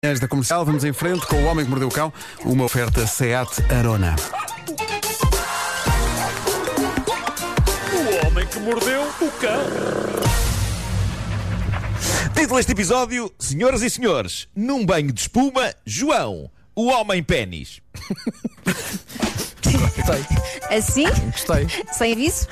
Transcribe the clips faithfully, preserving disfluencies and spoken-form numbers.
Da Comercial, vamos em frente com O Homem que Mordeu o Cão, uma oferta SEAT Arona. O Homem que Mordeu o Cão. Título deste episódio: senhoras e senhores, num banho de espuma, João, o homem pénis. Gostei, Assim? gostei. Sem aviso?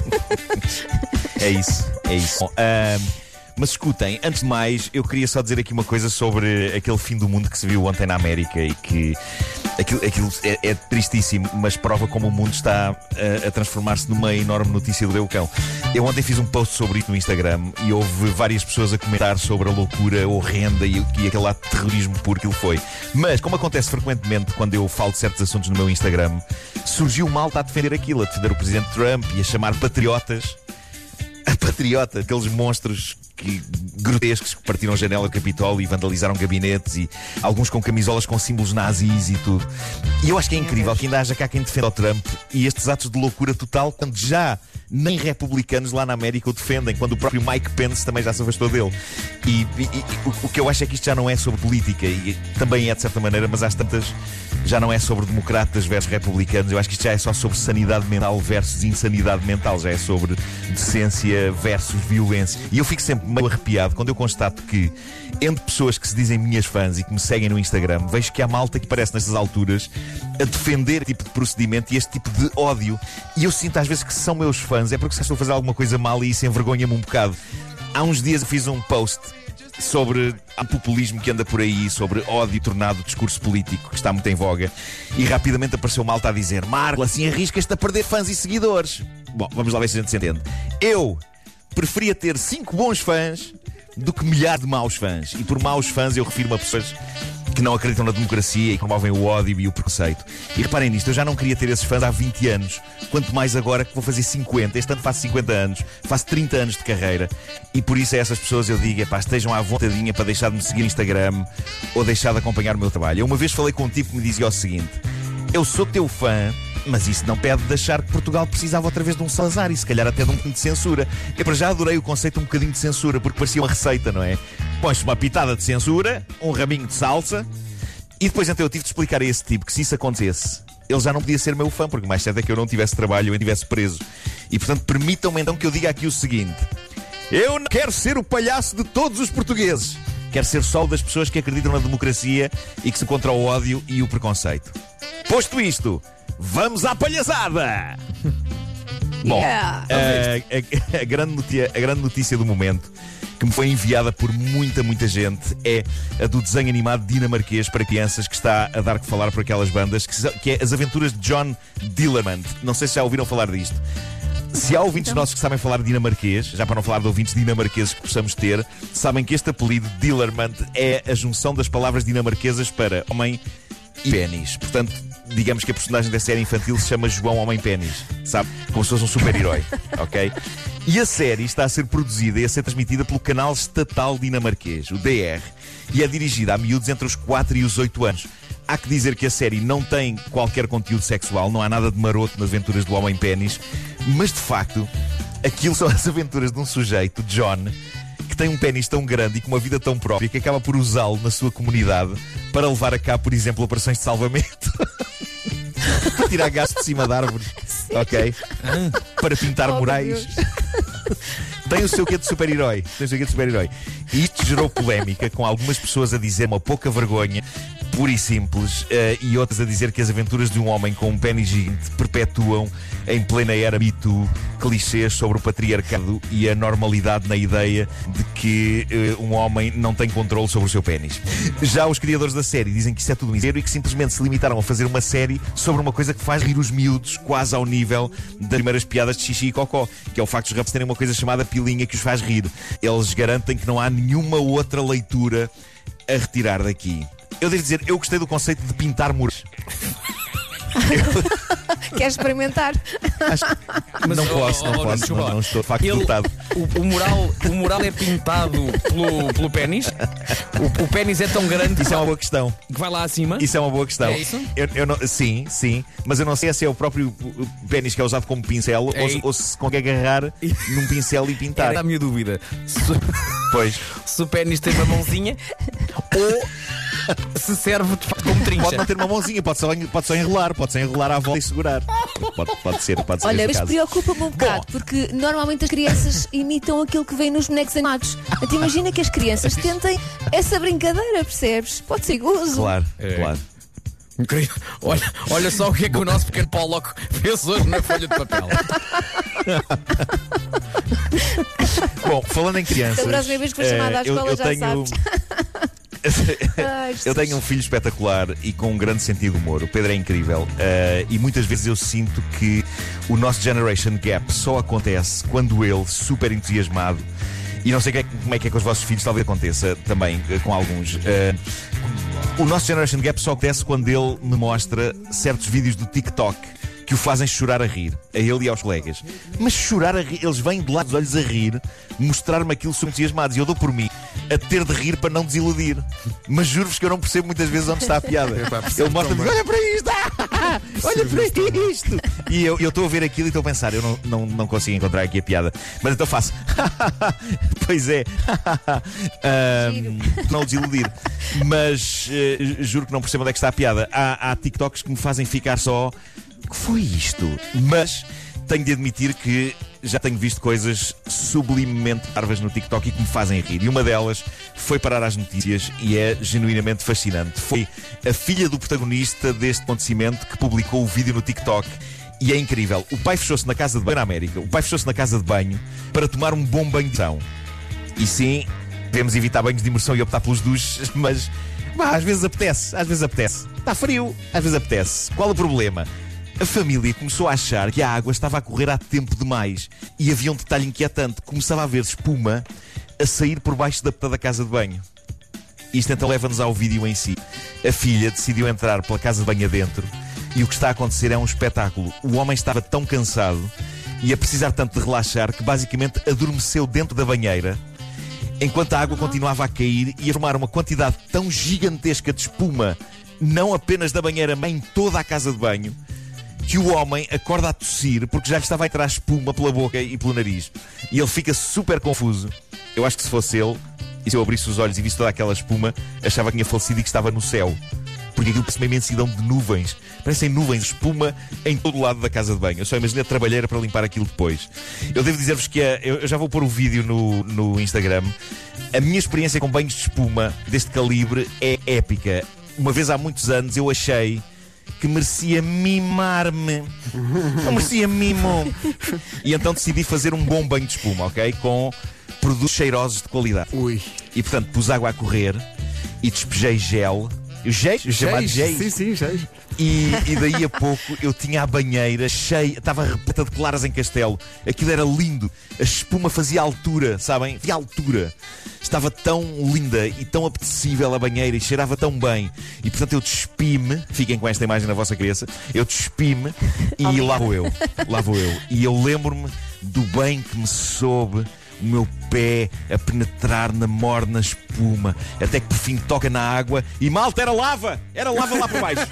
É isso, é isso. Bom, ahm, mas escutem, antes de mais, eu queria só dizer aqui uma coisa sobre aquele fim do mundo que se viu ontem na América e que aquilo, aquilo é, é tristíssimo, mas prova como o mundo está a, a transformar-se numa enorme notícia do Cão. Eu ontem fiz um post sobre isso no Instagram e houve várias pessoas a comentar sobre a loucura horrenda e, e aquele ato de terrorismo puro que ele foi. Mas, como acontece frequentemente quando eu falo de certos assuntos no meu Instagram, surgiu malta a defender aquilo, a defender o presidente Trump e a chamar patriotas a patriota, aqueles monstros que, grotescos que partiram a janela do Capitólio e vandalizaram gabinetes, e alguns com camisolas com símbolos nazis e tudo. E eu acho que é incrível que ainda haja cá quem defenda o Trump e estes atos de loucura total, quando já nem republicanos lá na América o defendem, quando o próprio Mike Pence também já se afastou dele. E, e, e o, o que eu acho é que isto já não é sobre política, e também é de certa maneira, mas às tantas já não é sobre democratas versus republicanos. Eu acho que isto já é só sobre sanidade mental versus insanidade mental, já é sobre decência versus violência. E eu fico sempre meio arrepiado quando eu constato que, entre pessoas que se dizem minhas fãs e que me seguem no Instagram, vejo que há malta que parece nestas alturas a defender este tipo de procedimento e este tipo de ódio. E eu sinto às vezes que são meus fãs é porque se estou a fazer alguma coisa mal e isso envergonha-me um bocado. Há uns dias eu fiz um post sobre o populismo que anda por aí, sobre ódio tornado discurso político que está muito em voga, e rapidamente apareceu malta a dizer: Marco, assim arriscas-te a perder fãs e seguidores. Bom, vamos lá ver se a gente se entende. Eu preferia ter cinco bons fãs do que milhares de maus fãs. E por maus fãs eu refiro-me a pessoas que não acreditam na democracia e que promovem o ódio e o preconceito. E reparem nisto, eu já não queria ter esses fãs há vinte anos, quanto mais agora que vou fazer cinquenta. Este ano faço cinquenta anos, faço trinta anos de carreira, e por isso a essas pessoas eu digo: epá, estejam à vontadinha para deixar de me seguir no Instagram ou deixar de acompanhar o meu trabalho. Eu uma vez falei com um tipo que me dizia o seguinte: eu sou teu fã, mas isso não pede de achar que Portugal precisava outra vez de um Salazar e se calhar até de um bocadinho de censura. Eu para já adorei o conceito um bocadinho de censura, porque parecia uma receita, não é? Põe-se uma pitada de censura, um raminho de salsa, e depois então eu tive de explicar a esse tipo que se isso acontecesse, ele já não podia ser meu fã, porque mais certo é que eu não tivesse trabalho, eu estivesse preso. E portanto permitam-me então que eu diga aqui o seguinte: eu não quero ser o palhaço de todos os portugueses. Quero ser só o das pessoas que acreditam na democracia e que se contra o ódio e o preconceito. Posto isto, vamos à palhaçada! Bom, Yeah. a, a- a grande notia- a grande notícia do momento, que me foi enviada por muita, muita gente, é a do desenho animado dinamarquês para crianças que está a dar que falar por aquelas bandas, que, se- que é As Aventuras de John Dillermand. Não sei se já ouviram falar disto. Se há ouvintes nossos que sabem falar dinamarquês, já para não falar de ouvintes dinamarqueses que possamos ter, sabem que este apelido Dillermand é a junção das palavras dinamarquesas para homem e pênis. Portanto, digamos que a personagem da série infantil se chama João Homem Pênis, sabe? Como se fosse um super-herói, ok? E a série está a ser produzida e a ser transmitida pelo canal estatal dinamarquês, o D R, e é dirigida a miúdos entre os quatro e os oito anos. Há que dizer que a série não tem qualquer conteúdo sexual, não há nada de maroto nas aventuras do Homem Pênis, mas de facto, aquilo são as aventuras de um sujeito, John, que tem um pênis tão grande e com uma vida tão própria que acaba por usá-lo na sua comunidade para levar a cabo, por exemplo, operações de salvamento. Para tirar gás de cima de árvores, ok? Para pintar Oh, murais. Tem o seu quê de super-herói. Tem o seu quê de super-herói. E isto gerou polémica, com algumas pessoas a dizer uma pouca vergonha, pura e simples, eh, e outras a dizer que as aventuras de um homem com um pênis gigante perpetuam, em plena era Me Too, clichês sobre o patriarcado e a normalidade na ideia de que eh, um homem não tem controle sobre o seu pênis. Já os criadores da série dizem que isso é tudo um exagero e que simplesmente se limitaram a fazer uma série sobre uma coisa que faz rir os miúdos, quase ao nível das primeiras piadas de xixi e cocó, que é o facto de os rapazes terem uma coisa chamada pilinha que os faz rir. Eles garantem que não há nenhuma outra leitura a retirar daqui. Eu devo dizer, eu gostei do conceito de pintar muros. Queres experimentar? Mas, Não oh, posso, oh, não oh, posso, desculpa não, lá. não estou de facto Ele- dotado. o, o, mural, o mural é pintado pelo, pelo pênis. O, o pênis é tão grande Isso é uma boa questão. que vai lá acima. Isso é uma boa questão. É isso? Eu, eu não, sim, sim, mas eu não sei se é o próprio pênis que é usado como pincel É ou, i- se- ou se consegue agarrar num pincel e pintar. Era a minha dúvida. Se, Pois. se o pênis tem uma mãozinha ou se serve de facto como trincha. Pode não ter uma mãozinha, pode só, pode só enrolar, pode só enrolar à volta e segurar. Pode, pode ser, pode ser. Olha, esse mas caso. preocupa-me um bocado, porque normalmente as crianças imitam aquilo que vem nos bonecos animados. Então imagina que as crianças tentem essa brincadeira, percebes? Pode ser gozo. Claro, É. claro. Olha, olha só o que é que o nosso pequeno Pollock fez hoje na folha de papel. Bom, falando em crianças. Da próxima vez que for chamada à eh, eu- escola eu já tenho... sabes. Ai, Eu tenho um filho espetacular e com um grande sentido de humor. O Pedro é incrível. Uh, e muitas vezes eu sinto que o nosso generation gap só acontece quando ele, super entusiasmado, e não sei que é- como é que é com os vossos filhos, talvez aconteça também uh, com alguns. Uh, o nosso generation gap só acontece quando ele me mostra certos vídeos do TikTok que o fazem chorar a rir, a ele e aos colegas. Mas chorar a rir, eles vêm de lá dos olhos a rir, mostrar-me aquilo, são entusiasmados. E eu dou por mim a ter de rir para não desiludir. Mas juro-vos que eu não percebo muitas vezes onde está a piada. Ele mostra-me, olha para isto, ah, olha para isto. E eu eu estou a ver aquilo e estou a pensar, eu não, não, não consigo encontrar aqui a piada. Mas então faço, pois é, um, não desiludir. Mas uh, juro que não percebo onde é que está a piada. Há, há TikToks que me fazem ficar só. O que foi isto? Mas tenho de admitir que já tenho visto coisas sublimemente parvas no TikTok e que me fazem rir. E uma delas foi parar às notícias e é genuinamente fascinante. Foi a filha do protagonista deste acontecimento que publicou o vídeo no TikTok. E é incrível. O pai fechou-se na casa de banho na América. O pai fechou-se na casa de banho para tomar um bom banho de imersão. E sim, devemos evitar banhos de imersão e optar pelos duches, mas bah, às vezes apetece, às vezes apetece. Está frio, às vezes apetece. Qual o problema? A família começou a achar que a água estava a correr há tempo demais. E havia um detalhe inquietante. Começava a haver espuma a sair por baixo da, da casa de banho. Isto então leva-nos ao vídeo em si. A filha decidiu entrar pela casa de banho adentro e o que está a acontecer é um espetáculo. O homem estava tão cansado e a precisar tanto de relaxar que basicamente adormeceu dentro da banheira enquanto a água continuava a cair e a formar uma quantidade tão gigantesca de espuma, não apenas da banheira, mas em toda a casa de banho, que o homem acorda a tossir porque já lhe estava a entrar espuma pela boca e pelo nariz. E ele fica super confuso. Eu acho que se fosse ele, e se eu abrisse os olhos e visse toda aquela espuma, achava que tinha falecido e que estava no céu. Porque aquilo parece uma imensidão de nuvens. Parecem nuvens de espuma em todo o lado da casa de banho. Eu só imaginei a trabalheira para limpar aquilo depois. Eu devo dizer-vos que a, eu, eu já vou pôr o vídeo no, no Instagram. A minha experiência com banhos de espuma deste calibre é épica. Uma vez há muitos anos eu achei que merecia mimar-me. Não merecia mimo. E então decidi fazer um bom banho de espuma, ok? Com produtos cheirosos de qualidade. Ui. E portanto pus água a correr e despejei gel. Géis, chamado géis. Sim, sim, géis. E, e daí a pouco eu tinha a banheira cheia, estava repleta de claras em castelo. Aquilo era lindo. A espuma fazia altura, sabem? Fazia altura. Estava tão linda e tão apetecível a banheira e cheirava tão bem. E portanto eu despi-me, fiquem com esta imagem na vossa cabeça, eu despi-me e lá vou eu. Lá vou eu. E eu lembro-me do bem que me soube o meu pé a penetrar na morna espuma, até que por fim toca na água e malta, era lava! Era lava lá por baixo.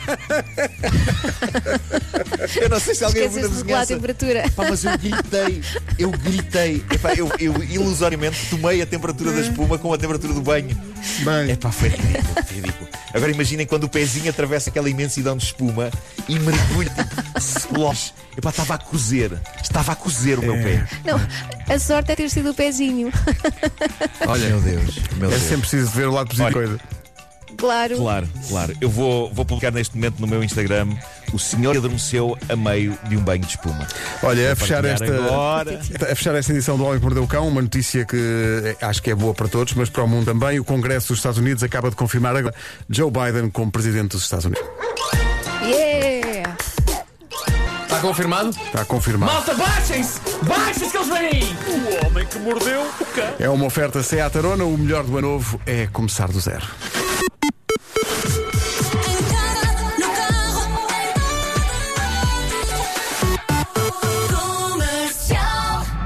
Eu não sei se alguém ouviu na Esqueces de regular a vizinhança. temperatura. Pá, mas eu gritei, eu gritei. Epá, eu, eu ilusoriamente tomei a temperatura da espuma com a temperatura do banho. Bem, Epá, foi ridículo, foi ridículo. Agora imaginem quando o pezinho atravessa aquela imensidão de espuma e mergulha, tipo, slosh. Epá, estava a cozer, estava a cozer o meu pé. Não, a sorte é ter sido o pezinho. Olha, meu Deus, meu é Deus. sempre preciso ver o lado positivo da Olha. coisa. Claro. Claro, claro. Eu vou, vou publicar neste momento no meu Instagram: o senhor adormeceu a meio de um banho de espuma. Olha, a fechar, Partilhar esta, agora. a fechar esta edição do Homem que Mordeu o Cão, uma notícia que eh, acho que é boa para todos, mas para o mundo também. O Congresso dos Estados Unidos acaba de confirmar agora Joe Biden como presidente dos Estados Unidos. Yeah! Está confirmado? Está confirmado. Malta, baixem-se! Baixem-se que eles vêm aí! O homem que mordeu o cão. É uma oferta Seat Arona. O melhor do ano novo é começar do zero.